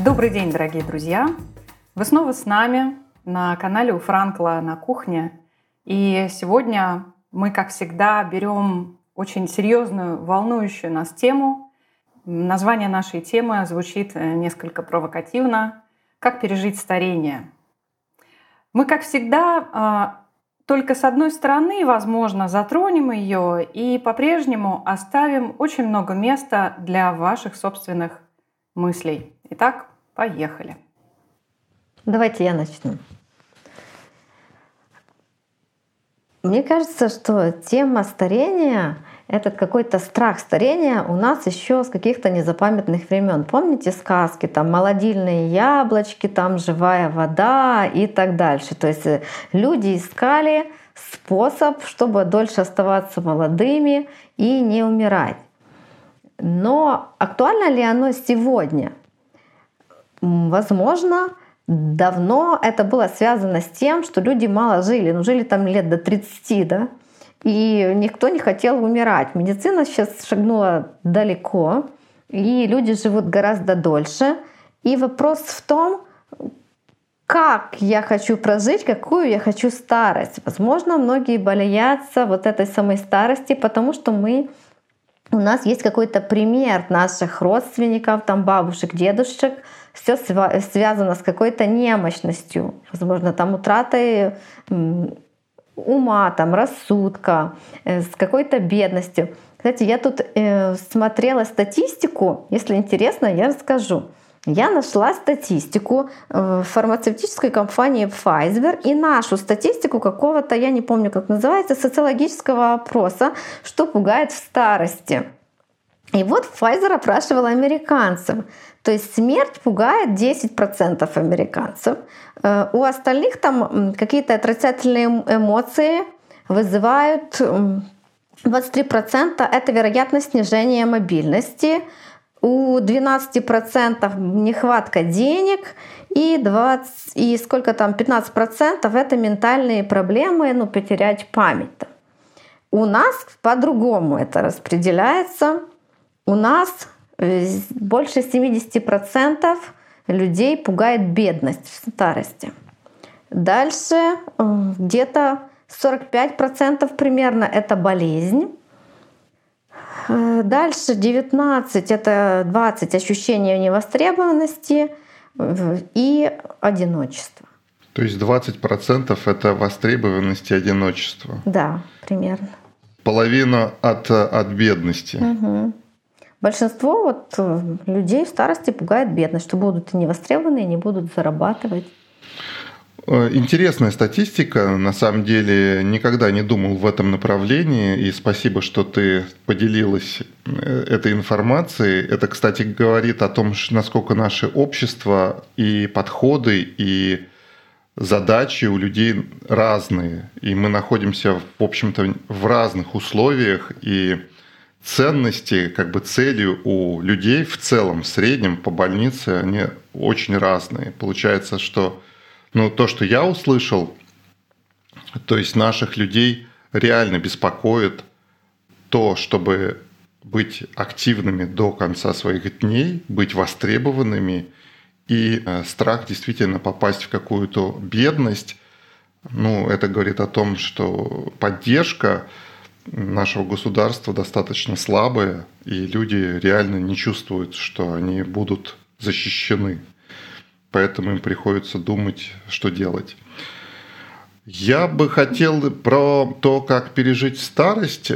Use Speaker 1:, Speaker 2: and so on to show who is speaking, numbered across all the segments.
Speaker 1: Добрый день, дорогие друзья! Вы снова с нами на канале у Франкла на кухне. И сегодня мы, как всегда, берем очень серьезную, волнующую нас тему. Название нашей темы звучит несколько провокативно: «Как пережить старение?». Мы, как всегда, только с одной стороны, возможно, затронем ее и по-прежнему оставим очень много места для ваших собственных мыслей. Итак, поехали.
Speaker 2: Давайте я начну. Мне кажется, что тема старения, этот какой-то страх старения у нас еще с каких-то незапамятных времен. Помните сказки, там молодильные яблочки, там живая вода и так дальше. То есть люди искали способ, чтобы дольше оставаться молодыми и не умирать. Но актуально ли оно сегодня? Возможно, давно это было связано с тем, что люди мало жили, жили там лет до 30, да, и никто не хотел умирать. Медицина сейчас шагнула далеко, и люди живут гораздо дольше. И вопрос в том, как я хочу прожить, какую я хочу старость. Возможно, многие боятся вот этой самой старости, потому что у нас есть какой-то пример наших родственников, там бабушек, дедушек, все связано с какой-то немощностью, возможно, там утратой ума, там, рассудка, с какой-то бедностью. Кстати, я тут смотрела статистику, если интересно, я расскажу. Я нашла статистику фармацевтической компании Pfizer и нашу статистику какого-то, я не помню, как называется, социологического опроса, что пугает в старости. И вот Pfizer опрашивала американцев. То есть смерть пугает 10% американцев. У остальных там какие-то отрицательные эмоции вызывают 23%. Это вероятность снижения мобильности. У 12% нехватка денег, и 15% это ментальные проблемы, потерять память. У нас по-другому это распределяется. У нас больше 70% людей пугает бедность в старости. Дальше где-то 45% примерно это болезнь. Дальше 19 — это 20 ощущения невостребованности и одиночества.
Speaker 3: То есть 20% это востребованность и одиночество.
Speaker 2: Да, примерно.
Speaker 3: Половина от бедности.
Speaker 2: Угу. Большинство людей в старости пугает бедность, что будут и невостребованы, и не будут зарабатывать.
Speaker 3: Интересная статистика. На самом деле никогда не думал в этом направлении. И спасибо, что ты поделилась этой информацией. Это, кстати, говорит о том, насколько наше общество и подходы, и задачи у людей разные. И мы находимся, в общем-то, в разных условиях. И ценности, цели у людей в целом, в среднем по больнице, они очень разные. Получается, что то, что я услышал, то есть наших людей реально беспокоит то, чтобы быть активными до конца своих дней, быть востребованными, и страх действительно попасть в какую-то бедность. Это говорит о том, что поддержка нашего государства достаточно слабая, и люди реально не чувствуют, что они будут защищены. Поэтому им приходится думать, что делать. Я бы хотел про то, как пережить старость.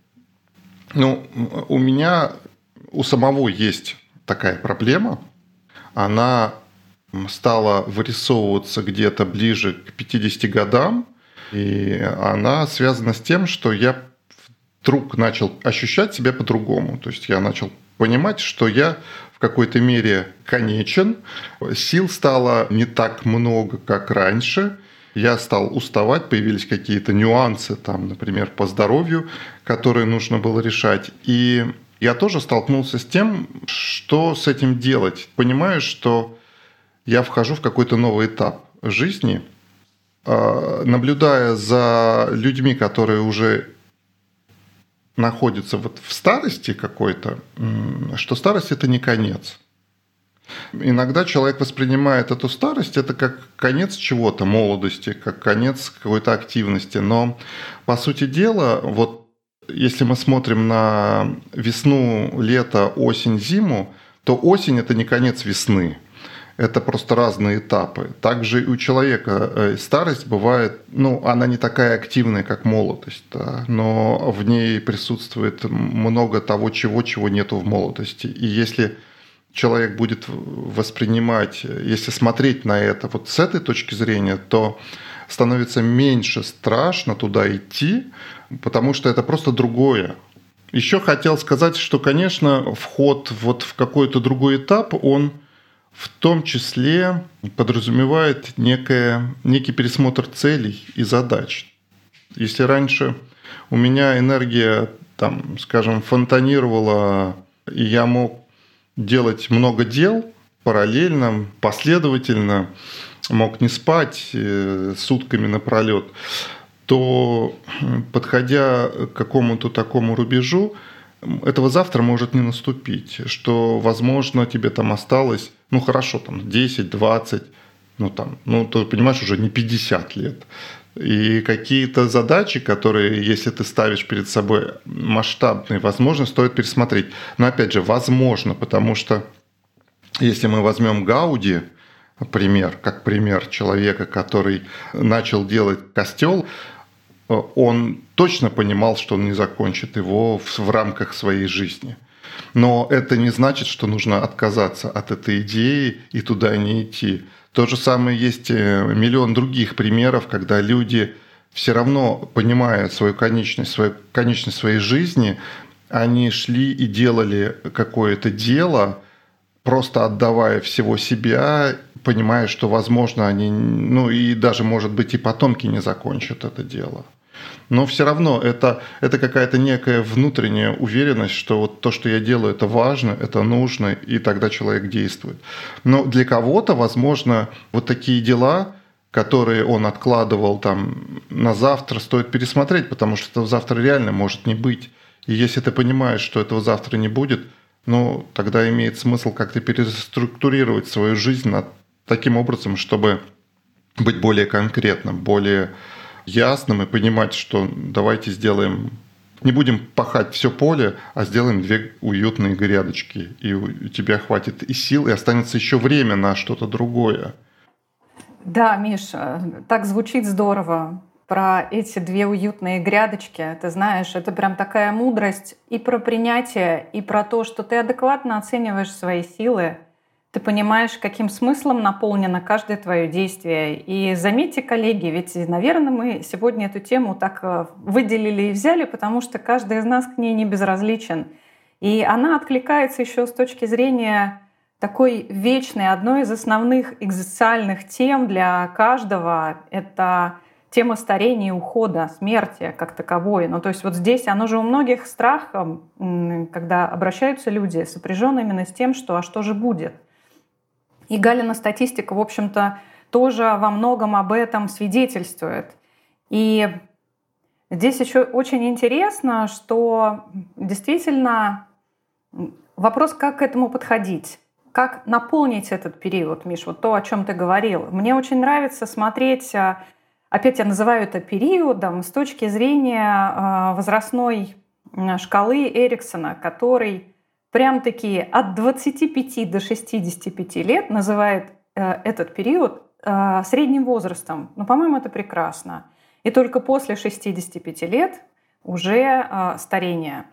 Speaker 3: У меня у самого есть такая проблема. Она стала вырисовываться где-то ближе к 50 годам. И она связана с тем, что я вдруг начал ощущать себя по-другому. То есть я начал понимать, что я в какой-то мере конечен, сил стало не так много, как раньше, я стал уставать, появились какие-то нюансы, например, по здоровью, которые нужно было решать. И я тоже столкнулся с тем, что с этим делать. Понимаю, что я вхожу в какой-то новый этап жизни, наблюдая за людьми, которые уже находится в старости какой-то, что старость – это не конец. Иногда человек воспринимает эту старость это как конец чего-то, молодости, как конец какой-то активности. Но, по сути дела, вот если мы смотрим на весну, лето, осень, зиму, то осень – это не конец весны. Это просто разные этапы. Также и у человека старость бывает, она не такая активная, как молодость, да, но в ней присутствует много того, чего нету в молодости. И если человек будет воспринимать, если смотреть на это вот с этой точки зрения, то становится меньше страшно туда идти, потому что это просто другое. Еще хотел сказать, что, конечно, вход вот в какой-то другой этап, он в том числе подразумевает некий пересмотр целей и задач. Если раньше у меня энергия, скажем, фонтанировала, и я мог делать много дел параллельно, последовательно, мог не спать сутками напролет, то, подходя к какому-то такому рубежу, этого завтра может не наступить, что, возможно, тебе осталось, 10, 20, ты понимаешь, уже не 50 лет. И какие-то задачи, которые, если ты ставишь перед собой масштабные, возможно, стоит пересмотреть. Но опять же, возможно, потому что если мы возьмем Гауди, как пример человека, который начал делать костел, он точно понимал, что он не закончит его в рамках своей жизни. Но это не значит, что нужно отказаться от этой идеи и туда не идти. То же самое есть миллион других примеров, когда люди, все равно понимая свою конечность своей жизни, они шли и делали какое-то дело, просто отдавая всего себя, понимая, что, возможно, они, и даже, может быть, и потомки не закончат это дело. Но все равно это какая-то некая внутренняя уверенность, что вот то, что я делаю, это важно, это нужно, и тогда человек действует. Но для кого-то, возможно, вот такие дела, которые он откладывал на завтра, стоит пересмотреть, потому что этого завтра реально может не быть. И если ты понимаешь, что этого завтра не будет, тогда имеет смысл как-то переструктурировать свою жизнь таким образом, чтобы быть более конкретным, более ясным и понимать, что давайте не будем пахать все поле, а сделаем 2 уютные грядочки. И у тебя хватит и сил, и останется еще время на что-то другое.
Speaker 1: Да, Миш, так звучит здорово про эти 2 уютные грядочки. Ты знаешь, это прям такая мудрость и про принятие, и про то, что ты адекватно оцениваешь свои силы. Ты понимаешь, каким смыслом наполнено каждое твое действие. И заметьте, коллеги, ведь, наверное, мы сегодня эту тему так выделили и взяли, потому что каждый из нас к ней не безразличен. И она откликается еще с точки зрения такой вечной, одной из основных экзистенциальных тем для каждого — это тема старения и ухода, смерти как таковой. То есть вот здесь оно же у многих страх, когда обращаются люди, сопряжен именно с тем, что «а что же будет?». И Галина статистика, в общем-то, тоже во многом об этом свидетельствует. И здесь еще очень интересно, что действительно вопрос, как к этому подходить, как наполнить этот период, Миш, вот то, о чем ты говорил. Мне очень нравится смотреть, опять я называю это периодом, с точки зрения возрастной шкалы Эриксона, который прям-таки от 25 до 65 лет называет этот период средним возрастом. По-моему, это прекрасно. И только после 65 лет уже старение.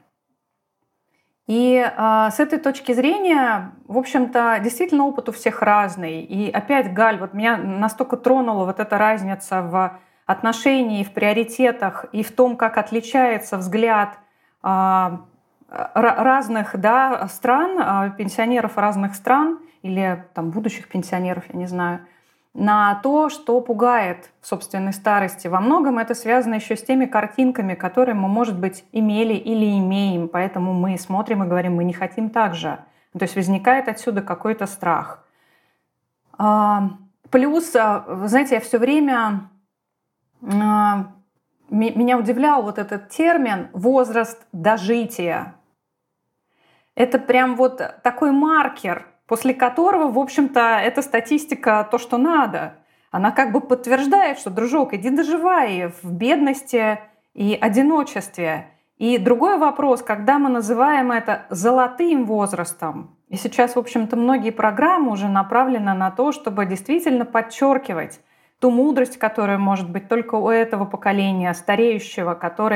Speaker 1: И с этой точки зрения, в общем-то, действительно опыт у всех разный. И опять, Галь, вот меня настолько тронула вот эта разница в отношении, в приоритетах и в том, как отличается взгляд разных стран, пенсионеров разных стран или будущих пенсионеров, я не знаю, на то, что пугает в собственной старости. Во многом это связано еще с теми картинками, которые мы, может быть, имели или имеем, поэтому мы смотрим и говорим, мы не хотим так же. То есть возникает отсюда какой-то страх. Плюс, знаете, я все время... Меня удивлял вот этот термин «возраст дожития». Это прям вот такой маркер после которого, в общем-то, эта статистика то, что надо. Она как бы подтверждает, что, дружок, иди доживай в бедности и одиночестве. И другой вопрос, когда мы называем это золотым возрастом, и сейчас, в общем-то, многие программы уже направлены на то, чтобы действительно подчеркивать ту мудрость, которая может быть только у этого поколения, стареющего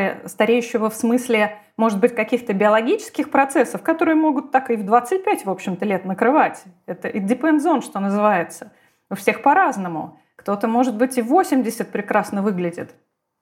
Speaker 1: в смысле, может быть, каких-то биологических процессов, которые могут так и в 25, в общем-то, лет накрывать. Это it depends on, что называется. У всех по-разному. Кто-то, может быть, и в 80 прекрасно выглядит.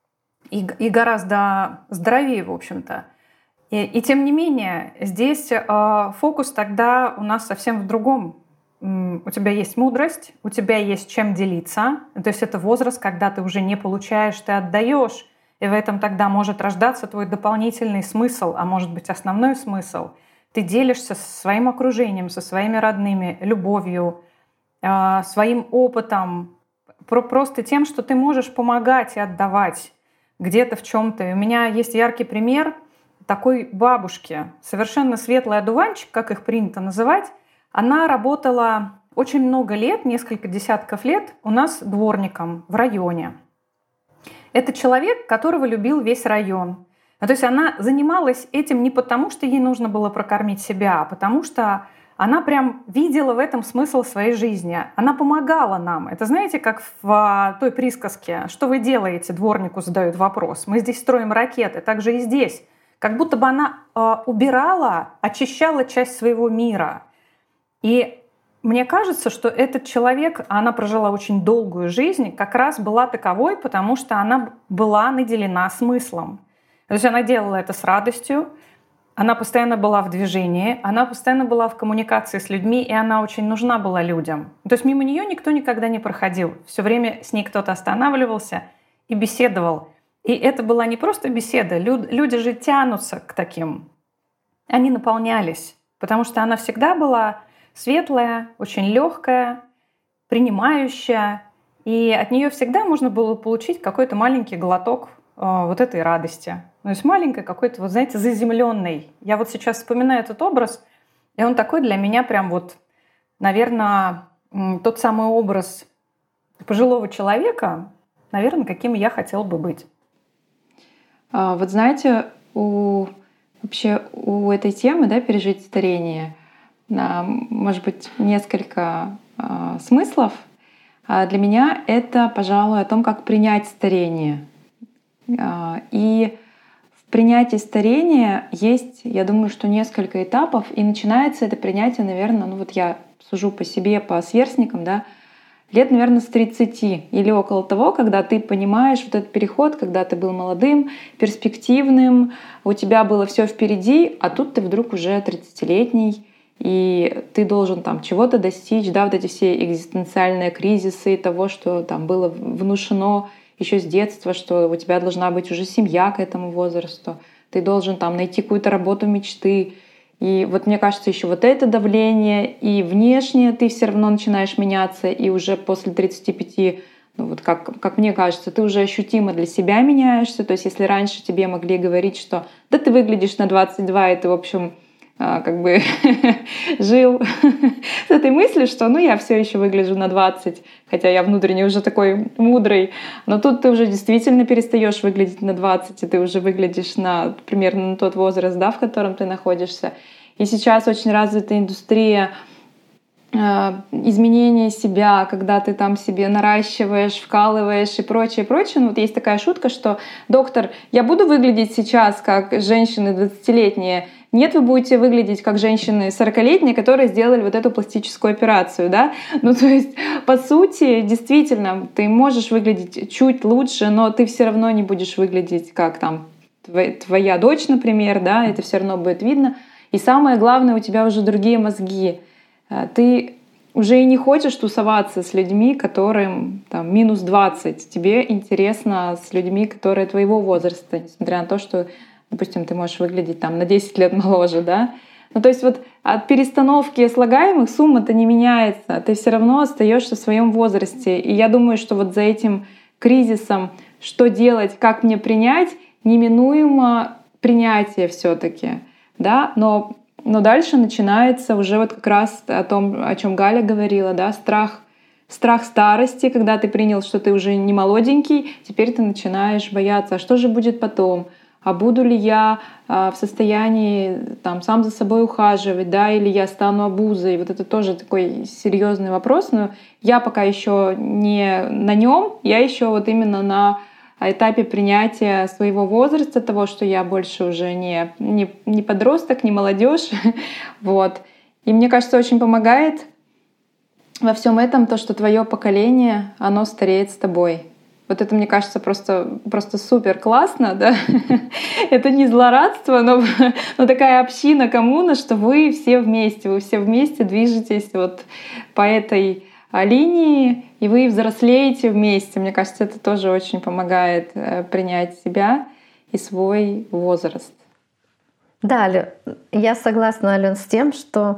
Speaker 1: И гораздо здоровее, в общем-то. И тем не менее, здесь фокус тогда у нас совсем в другом. У тебя есть мудрость, у тебя есть чем делиться. То есть это возраст, когда ты уже не получаешь, ты отдаешь. И в этом тогда может рождаться твой дополнительный смысл, а может быть основной смысл. Ты делишься со своим окружением, со своими родными, любовью, своим опытом, просто тем, что ты можешь помогать и отдавать где-то в чем-то. У меня есть яркий пример такой бабушки, совершенно светлый одуванчик, как их принято называть. Она работала очень много лет, несколько десятков лет у нас дворником в районе. Это человек, которого любил весь район. То есть она занималась этим не потому, что ей нужно было прокормить себя, а потому что она прям видела в этом смысл своей жизни. Она помогала нам. Это знаете, как в той присказке «Что вы делаете?» Дворнику задают вопрос. Мы здесь строим ракеты, так же и здесь. Как будто бы она убирала, очищала часть своего мира. И мне кажется, что этот человек, она прожила очень долгую жизнь, как раз была таковой, потому что она была наделена смыслом. То есть она делала это с радостью, она постоянно была в движении, она постоянно была в коммуникации с людьми, и она очень нужна была людям. То есть мимо нее никто никогда не проходил. Все время с ней кто-то останавливался и беседовал. И это была не просто беседа. Люди же тянутся к таким. Они наполнялись, потому что она всегда была светлая, очень легкая, принимающая. И от нее всегда можно было получить какой-то маленький глоток вот этой радости. То есть маленькой какой-то, вот знаете, заземленной. Я вот сейчас вспоминаю этот образ, и он такой для меня прям вот, наверное, тот самый образ пожилого человека, наверное, каким я хотела бы быть.
Speaker 4: Вот знаете, вообще у этой темы, да, пережить старение, может быть, несколько смыслов. Для меня это, пожалуй, о том, как принять старение. И в принятии старения есть, я думаю, что несколько этапов, и начинается это принятие, наверное, ну вот я сужу по себе, по сверстникам, да, лет, наверное, с 30 или около того, когда ты понимаешь вот этот переход, когда ты был молодым, перспективным, у тебя было все впереди, а тут ты вдруг уже 30-летний, и ты должен там чего-то достичь, да, вот эти все экзистенциальные кризисы того, что там было внушено еще с детства, что у тебя должна быть уже семья к этому возрасту, ты должен там найти какую-то работу мечты. И вот мне кажется, еще вот это давление, и внешне ты все равно начинаешь меняться, и уже после 35, ну вот как мне кажется, ты уже ощутимо для себя меняешься. То есть если раньше тебе могли говорить, что да ты выглядишь на 22, и ты, в общем, как бы жил с этой мыслью, что ну я все еще выгляжу на 20, хотя я внутренне уже такой мудрый, но тут ты уже действительно перестаешь выглядеть на 20, и ты уже выглядишь примерно на тот возраст, да, в котором ты находишься. И сейчас очень развита индустрия изменения себя, когда ты там себе наращиваешь, вкалываешь и прочее, прочее. Ну, вот есть такая шутка, что доктор, я буду выглядеть сейчас как женщины 20-летние. Нет, вы будете выглядеть как женщины 40-летние, которые сделали вот эту пластическую операцию, да? Ну, то есть, по сути, действительно, ты можешь выглядеть чуть лучше, но ты все равно не будешь выглядеть как там твоя дочь, например, да? Это все равно будет видно. И самое главное, у тебя уже другие мозги. Ты уже и не хочешь тусоваться с людьми, которым там, минус 20. Тебе интересно с людьми, которые твоего возраста, несмотря на то, что, допустим, ты можешь выглядеть там, на 10 лет моложе. Да? Ну, то есть вот от перестановки слагаемых сумма-то не меняется. Ты все равно остаешься в своем возрасте. И я думаю, что вот за этим кризисом, что делать, как мне принять, неминуемо принятие все-таки. Да? Но Но дальше начинается уже вот как раз о том, о чем Галя говорила, да, страх старости, когда ты принял, что ты уже не молоденький, теперь ты начинаешь бояться, а что же будет потом? А буду ли я в состоянии там, сам за собой ухаживать, да, или я стану обузой? Вот это тоже такой серьезный вопрос, но я пока еще не на нем, я еще вот именно на этапе принятия своего возраста, того, что я больше уже не подросток, не молодежь. Вот. И мне кажется, очень помогает во всем этом то, что твое поколение, оно стареет с тобой. Вот это, мне кажется, просто супер классно, да? Это не злорадство, но такая община, коммуна, что вы все вместе движетесь вот по этой линии, и вы взрослеете вместе. Мне кажется, это тоже очень помогает принять себя и свой возраст.
Speaker 2: Да, я согласна, Ален, с тем, что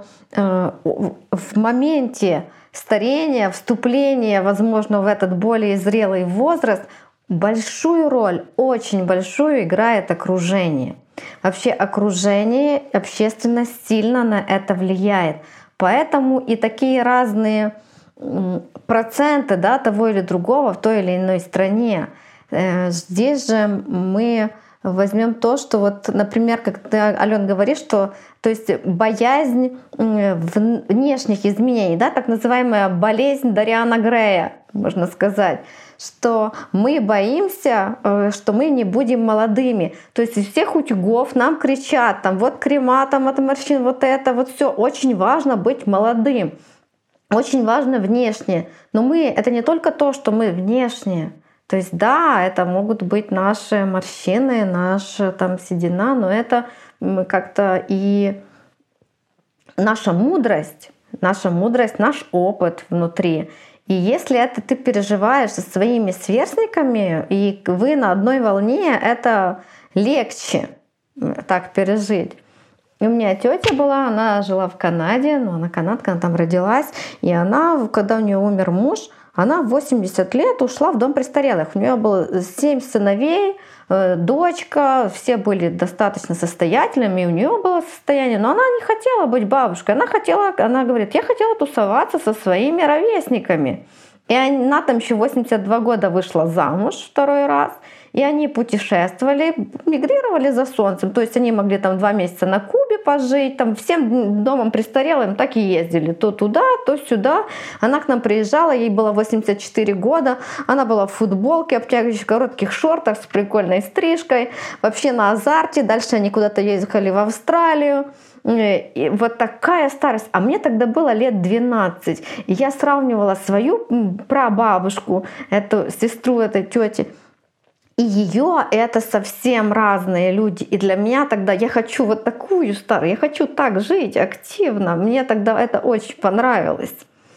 Speaker 2: в моменте старения, вступления, возможно, в этот более зрелый возраст, большую роль, очень большую играет окружение. Вообще окружение, общественность сильно на это влияет. Поэтому и такие разные проценты, да, того или другого в той или иной стране. Здесь же мы возьмем то, что вот, например, как ты, Ален, говоришь, что то есть боязнь внешних изменений, да, так называемая болезнь Дариана Грея, можно сказать, что мы боимся, что мы не будем молодыми. То есть из всех утюгов нам кричат, там вот крема, там от морщин, вот это, вот все. Очень важно быть молодым, очень важно внешне. Но это не только то, что мы внешне. То есть да, это могут быть наши морщины, наша там седина, но это как-то и наша мудрость, наш опыт внутри. И если это ты переживаешь со своими сверстниками, и вы на одной волне, это легче так пережить. И у меня тетя была, она жила в Канаде, но она канадка, она там родилась, и она, когда у нее умер муж, она в 80 лет ушла в дом престарелых. У нее было 7 сыновей, дочка, все были достаточно состоятельными, и у нее было состояние, но она не хотела быть бабушкой, она говорит, я хотела тусоваться со своими ровесниками. И она там еще 82 года вышла замуж второй раз, и они путешествовали, мигрировали за солнцем. То есть они могли там 2 месяца на Кубе пожить, там всем домом престарелым так и ездили. То туда, то сюда. Она к нам приезжала, ей было 84 года. Она была в футболке, обтягивающих коротких шортах с прикольной стрижкой. Вообще на азарте. Дальше они куда-то ехали в Австралию. И вот такая старость. А мне тогда было лет 12. И я сравнивала свою прабабушку, эту сестру этой тети, и ее это совсем разные люди. И для меня тогда я хочу вот такую старую, я хочу так жить активно. Мне тогда это очень понравилось.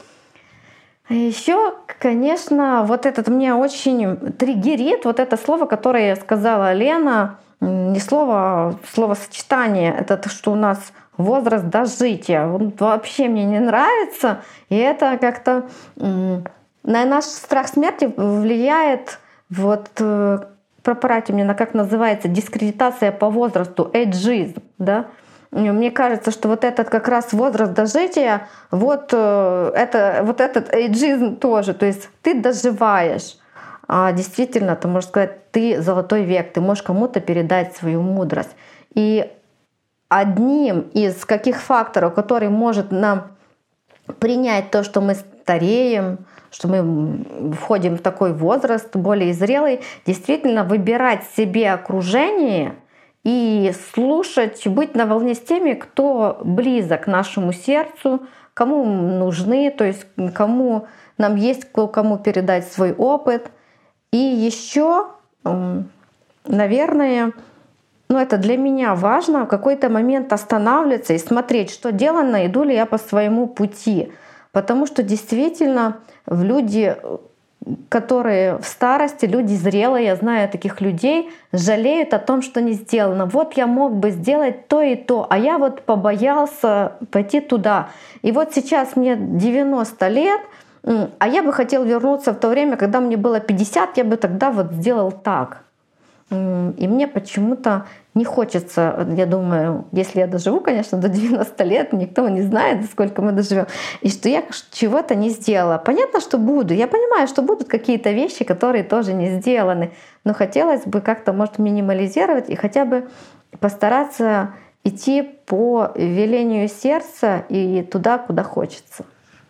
Speaker 2: Еще, конечно, вот этот мне очень триггерит вот это слово, которое сказала Лена, не слово, а словосочетание. Это то, что у нас возраст дожития. Он вообще мне не нравится. И это как-то на наш страх смерти влияет. Вот пропарайте мне, как называется, дискредитация по возрасту, эйджизм, да? Мне кажется, что вот этот как раз возраст дожития, вот этот эйджизм тоже, то есть ты доживаешь, а действительно, ты можешь сказать, ты золотой век, ты можешь кому-то передать свою мудрость. И одним из каких факторов, который может нам принять то, что мы стареем, что мы входим в такой возраст более зрелый, действительно выбирать себе окружение и слушать, быть на волне с теми, кто близок к нашему сердцу, кому нужны, то есть кому нам есть кому передать свой опыт. И еще, наверное, это для меня важно в какой-то момент останавливаться и смотреть, что делано, иду ли я по своему пути. Потому что действительно люди, которые в старости, люди зрелые, я знаю таких людей, жалеют о том, что не сделано. Вот я мог бы сделать то и то, а я вот побоялся пойти туда. И вот сейчас мне 90 лет, а я бы хотел вернуться в то время, когда мне было 50, я бы тогда вот сделал так. И мне почему-то не хочется, я думаю, если я доживу, конечно, до 90 лет, никто не знает, сколько мы доживем, и что я чего-то не сделала. Понятно, что буду. Я понимаю, что будут какие-то вещи, которые тоже не сделаны. Но хотелось бы как-то, может, минимализировать и хотя бы постараться идти по велению сердца и туда, куда хочется.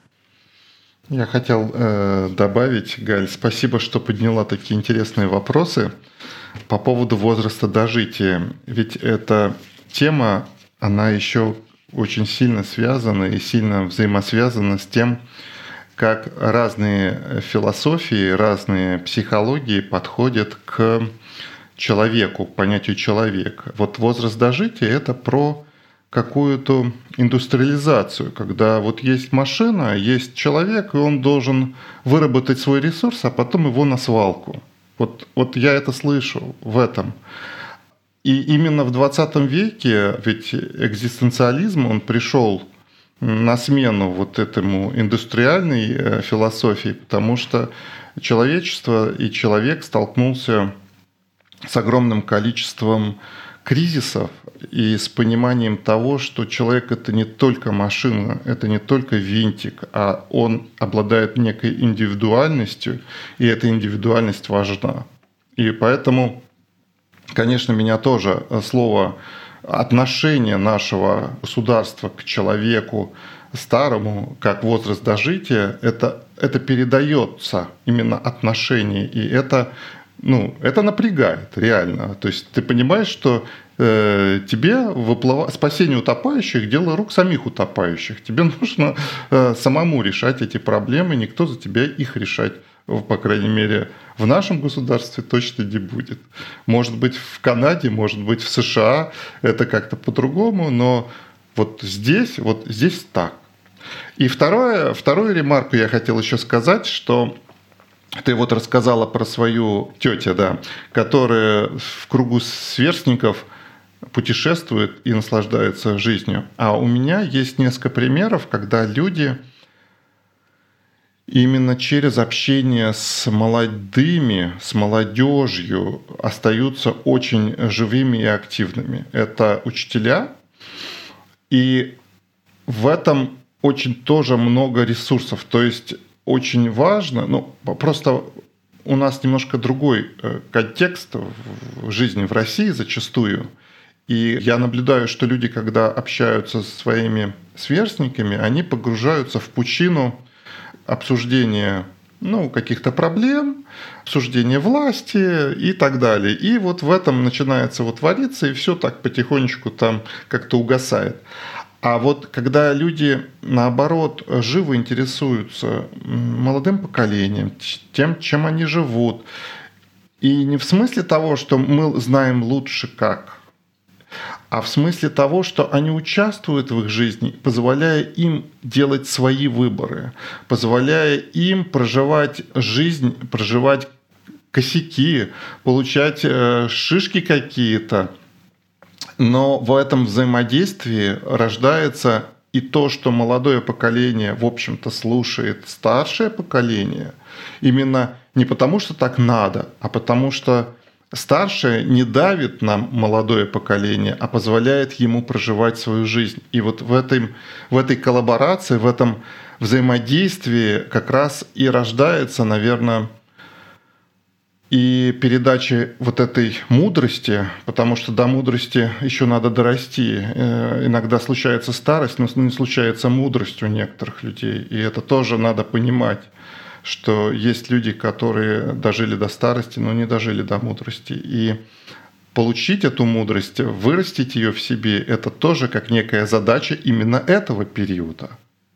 Speaker 3: Я хотел добавить, Галь, спасибо, что подняла такие интересные вопросы по поводу возраста дожития. Ведь эта тема, она еще очень сильно связана и сильно взаимосвязана с тем, как разные философии, разные психологии подходят к человеку, к понятию человека. Вот возраст дожития – это про какую-то индустриализацию, когда вот есть машина, есть человек, и он должен выработать свой ресурс, а потом его на свалку. Вот я это слышу в этом. И именно в 20 веке ведь экзистенциализм, он пришел на смену вот этому индустриальной философии, потому что человечество и человек столкнулся с огромным количеством кризисов и с пониманием того, что человек — это не только машина, это не только винтик, а он обладает некой индивидуальностью, и эта индивидуальность важна. И поэтому, конечно, меня тоже слово «отношение нашего государства к человеку старому, как возраст дожития», это передается именно отношение, и это напрягает реально. То есть ты понимаешь, что тебе спасение утопающих – дело рук самих утопающих. Тебе нужно самому решать эти проблемы, никто за тебя их решать, по крайней мере, в нашем государстве точно не будет. Может быть, в Канаде, может быть, в США это как-то по-другому, но вот здесь так. И вторую ремарку я хотел еще сказать, что ты вот рассказала про свою тетю, да, которая в кругу сверстников путешествует и наслаждается жизнью. А у меня есть несколько примеров, когда люди именно через общение с молодыми, с молодежью остаются очень живыми и активными. Это учителя, и в этом очень тоже много ресурсов. То есть очень важно, просто у нас немножко другой контекст в жизни в России зачастую. И я наблюдаю, что люди, когда общаются со своими сверстниками, они погружаются в пучину обсуждения каких-то проблем, обсуждения власти и так далее. И вот в этом начинается твориться, и все так потихонечку там как-то угасает. А вот когда люди, наоборот, живо интересуются молодым поколением, тем, чем они живут, и не в смысле того, что мы знаем лучше как, а в смысле того, что они участвуют в их жизни, позволяя им делать свои выборы, позволяя им проживать жизнь, проживать косяки, получать шишки какие-то. Но в этом взаимодействии рождается и то, что молодое поколение, в общем-то, слушает старшее поколение, именно не потому, что так надо, а потому что старшее не давит на молодое поколение, а позволяет ему проживать свою жизнь. И вот в этой коллаборации, в этом взаимодействии как раз и рождается, наверное, и передача вот этой мудрости, потому что до мудрости еще надо дорасти. Иногда случается старость, но не случается мудрость у некоторых людей. И это тоже надо понимать, что есть люди, которые дожили до старости, но не дожили до мудрости. И получить эту мудрость, вырастить ее в себе, это тоже как некая задача именно этого периода.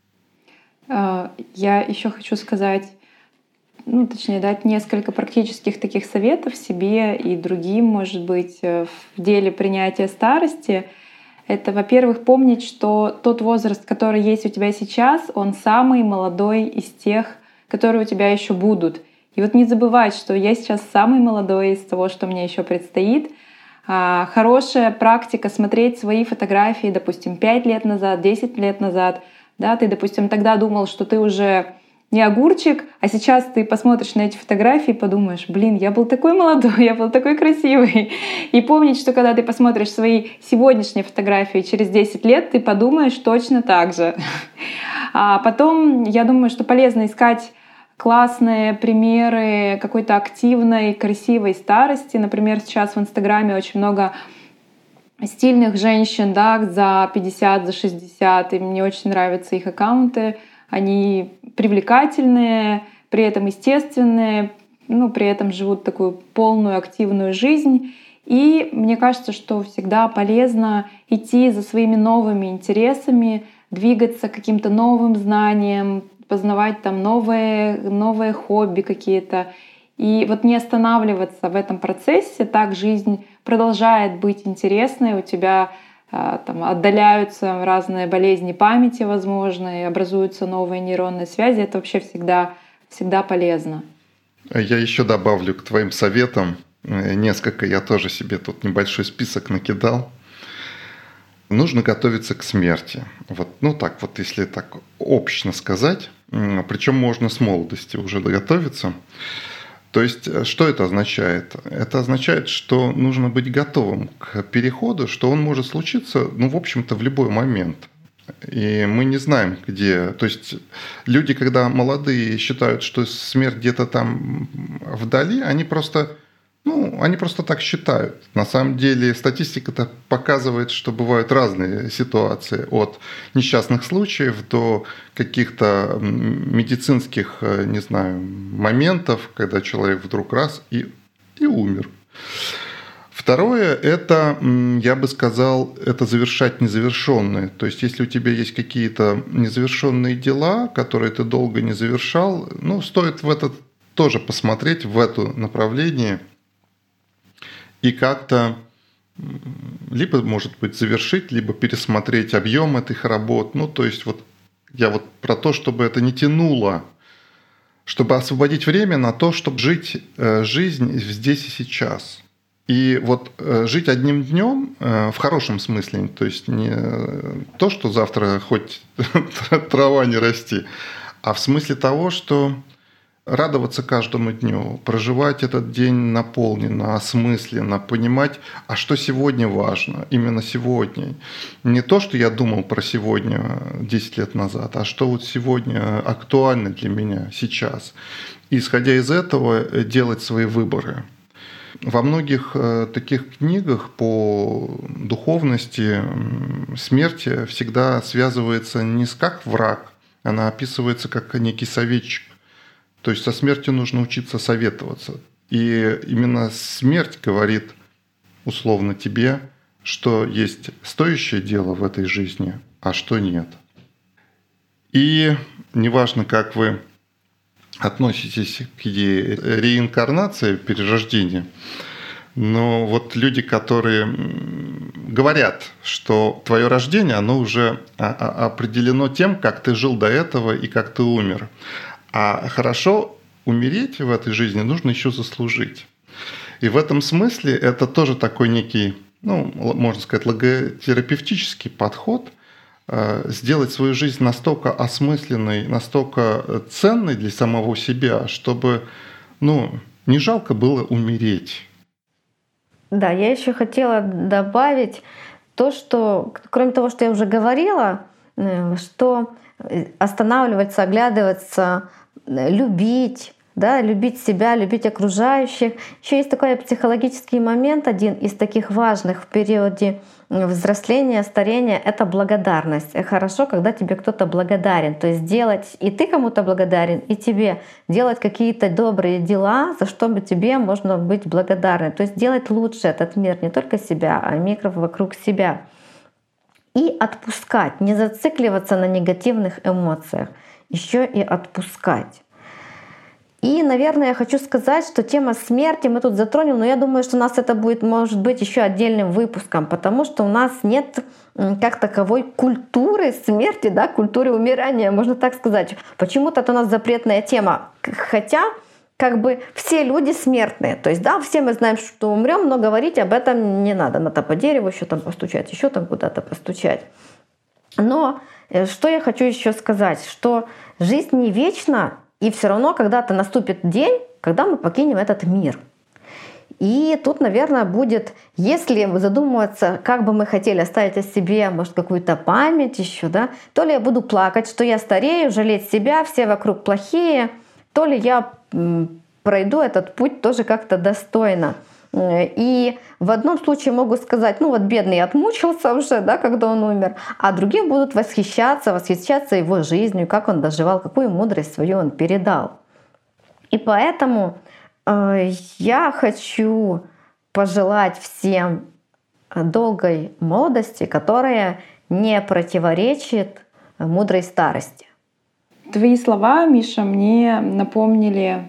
Speaker 4: Я еще хочу сказать, дать несколько практических таких советов себе и другим, может быть, в деле принятия старости. Это, во-первых, помнить, что тот возраст, который есть у тебя сейчас, он самый молодой из тех, которые у тебя еще будут. И не забывать, что я сейчас самый молодой из того, что мне еще предстоит. Хорошая практика смотреть свои фотографии, допустим, 5 лет назад, 10 лет назад. Да, ты, допустим, тогда думал, что ты уже не огурчик, а сейчас ты посмотришь на эти фотографии и подумаешь, блин, я был такой молодой, я был такой красивый. И помнить, что когда ты посмотришь свои сегодняшние фотографии через 10 лет, ты подумаешь точно так же. А потом, я думаю, что полезно искать классные примеры какой-то активной, красивой старости. Например, сейчас в Инстаграме очень много стильных женщин, да, за 50, за 60, и мне очень нравятся их аккаунты. Они привлекательные, при этом естественные, при этом живут такую полную активную жизнь. И мне кажется, что всегда полезно идти за своими новыми интересами, двигаться к каким-то новым знаниям, познавать там новые хобби какие-то. И вот не останавливаться в этом процессе, так жизнь продолжает быть интересной, у тебя там отдаляются разные болезни памяти, возможно, и образуются новые нейронные связи. Это вообще всегда полезно.
Speaker 3: Я еще добавлю к твоим советам несколько. Я тоже себе тут небольшой список накидал. Нужно готовиться к смерти. Если так общно сказать, причем можно с молодости уже готовиться. То есть, что это означает? Это означает, что нужно быть готовым к переходу, что он может случиться, в общем-то, в любой момент. И мы не знаем, где. То есть, люди, когда молодые, считают, что смерть где-то там вдали, они просто так считают. На самом деле статистика-то показывает, что бывают разные ситуации. От несчастных случаев до каких-то медицинских, моментов, когда человек вдруг раз и умер. Второе – это, я бы сказал, это завершать незавершенные. То есть, если у тебя есть какие-то незавершенные дела, которые ты долго не завершал, стоит в это тоже посмотреть, в это направление – и как-то либо, может быть, завершить, либо пересмотреть объем этих работ. Я про то, чтобы это не тянуло, чтобы освободить время на то, чтобы жить жизнь здесь и сейчас. И жить одним днем в хорошем смысле, то есть не то, что завтра хоть трава не расти, а в смысле того, что радоваться каждому дню, проживать этот день наполненно, осмысленно, понимать, а что сегодня важно, именно сегодня. Не то, что я думал про сегодня 10 лет назад, а что сегодня актуально для меня сейчас. И, исходя из этого, делать свои выборы. Во многих таких книгах по духовности смерть всегда связывается не как враг, она описывается как некий советчик. То есть со смертью нужно учиться советоваться. И именно смерть говорит условно тебе, что есть стоящее дело в этой жизни, а что нет. И неважно, как вы относитесь к идее реинкарнации, перерождения, но люди, которые говорят, что твое рождение, оно уже определено тем, как ты жил до этого и как ты умер. А хорошо умереть в этой жизни нужно еще заслужить. И в этом смысле это тоже такой некий, можно сказать, логотерапевтический подход, сделать свою жизнь настолько осмысленной, настолько ценной для самого себя, чтобы не жалко было умереть.
Speaker 2: Да, я еще хотела добавить то, что, кроме того, что я уже говорила, что останавливаться, оглядываться, любить, любить себя, любить окружающих. Еще есть такой психологический момент, один из таких важных в периоде взросления, старения — это благодарность. И хорошо, когда тебе кто-то благодарен. То есть делать, и ты кому-то благодарен, и тебе делать какие-то добрые дела, за что бы тебе можно быть благодарным. То есть делать лучше этот мир, не только себя, а мир вокруг себя. И отпускать, не зацикливаться на негативных эмоциях, еще и отпускать. И, наверное, я хочу сказать, что тема смерти мы тут затронем, но я думаю, что у нас это будет, может быть, еще отдельным выпуском, потому что у нас нет как таковой культуры смерти, культуры умирания, можно так сказать. Почему-то это у нас запретная тема, хотя все люди смертные. То есть, все мы знаем, что умрем, но говорить об этом не надо. Надо по дереву еще там постучать, еще там куда-то постучать. Но что я хочу еще сказать, что жизнь не вечна, И все равно когда-то наступит день, когда мы покинем этот мир. И тут, наверное, будет, если задумываться, как бы мы хотели оставить о себе, может, какую-то память еще, да, то ли я буду плакать, что я старею, жалеть себя, все вокруг плохие, то ли я пройду этот путь тоже как-то достойно. И в одном случае могу сказать, ну вот бедный отмучился уже, да, когда он умер, а другие будут восхищаться его жизнью, как он доживал, какую мудрость свою он передал. И поэтому я хочу пожелать всем долгой молодости, которая не противоречит мудрой старости.
Speaker 4: Твои слова, Миша, мне напомнили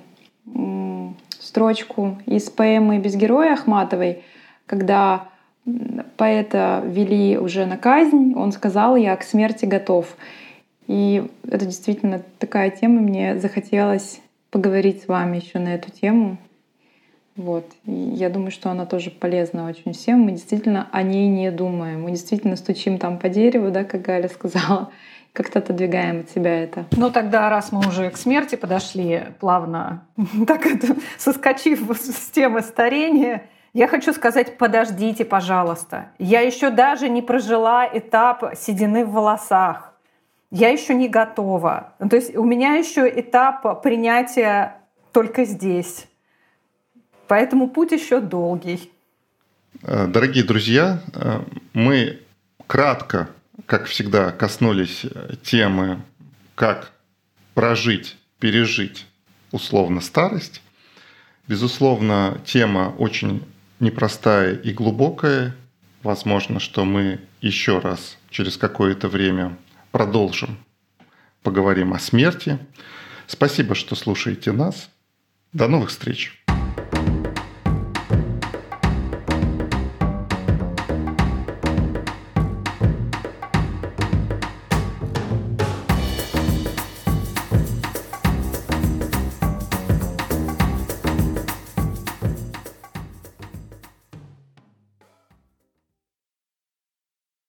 Speaker 4: строчку из поэмы «Без героя» Ахматовой, когда поэта вели уже на казнь, он сказал: «Я к смерти готов». И это действительно такая тема, мне захотелось поговорить с вами еще на эту тему. Вот. И я думаю, что она тоже полезна очень всем. Мы действительно о ней не думаем. Мы действительно стучим там по дереву, да, как Галя сказала, как-то отодвигаем от себя это.
Speaker 1: Ну тогда, раз мы уже к смерти подошли плавно, так это, соскочив с темы старения, я хочу сказать: подождите, пожалуйста. Я еще даже не прожила этап седины в волосах. Я еще не готова. То есть у меня еще этап принятия только здесь. Поэтому путь еще долгий.
Speaker 3: Дорогие друзья, мы кратко, как всегда, коснулись темы, как прожить, пережить условно старость. Безусловно, тема очень непростая и глубокая. Возможно, что мы еще раз через какое-то время продолжим, поговорим о смерти. Спасибо, что слушаете нас. До новых встреч!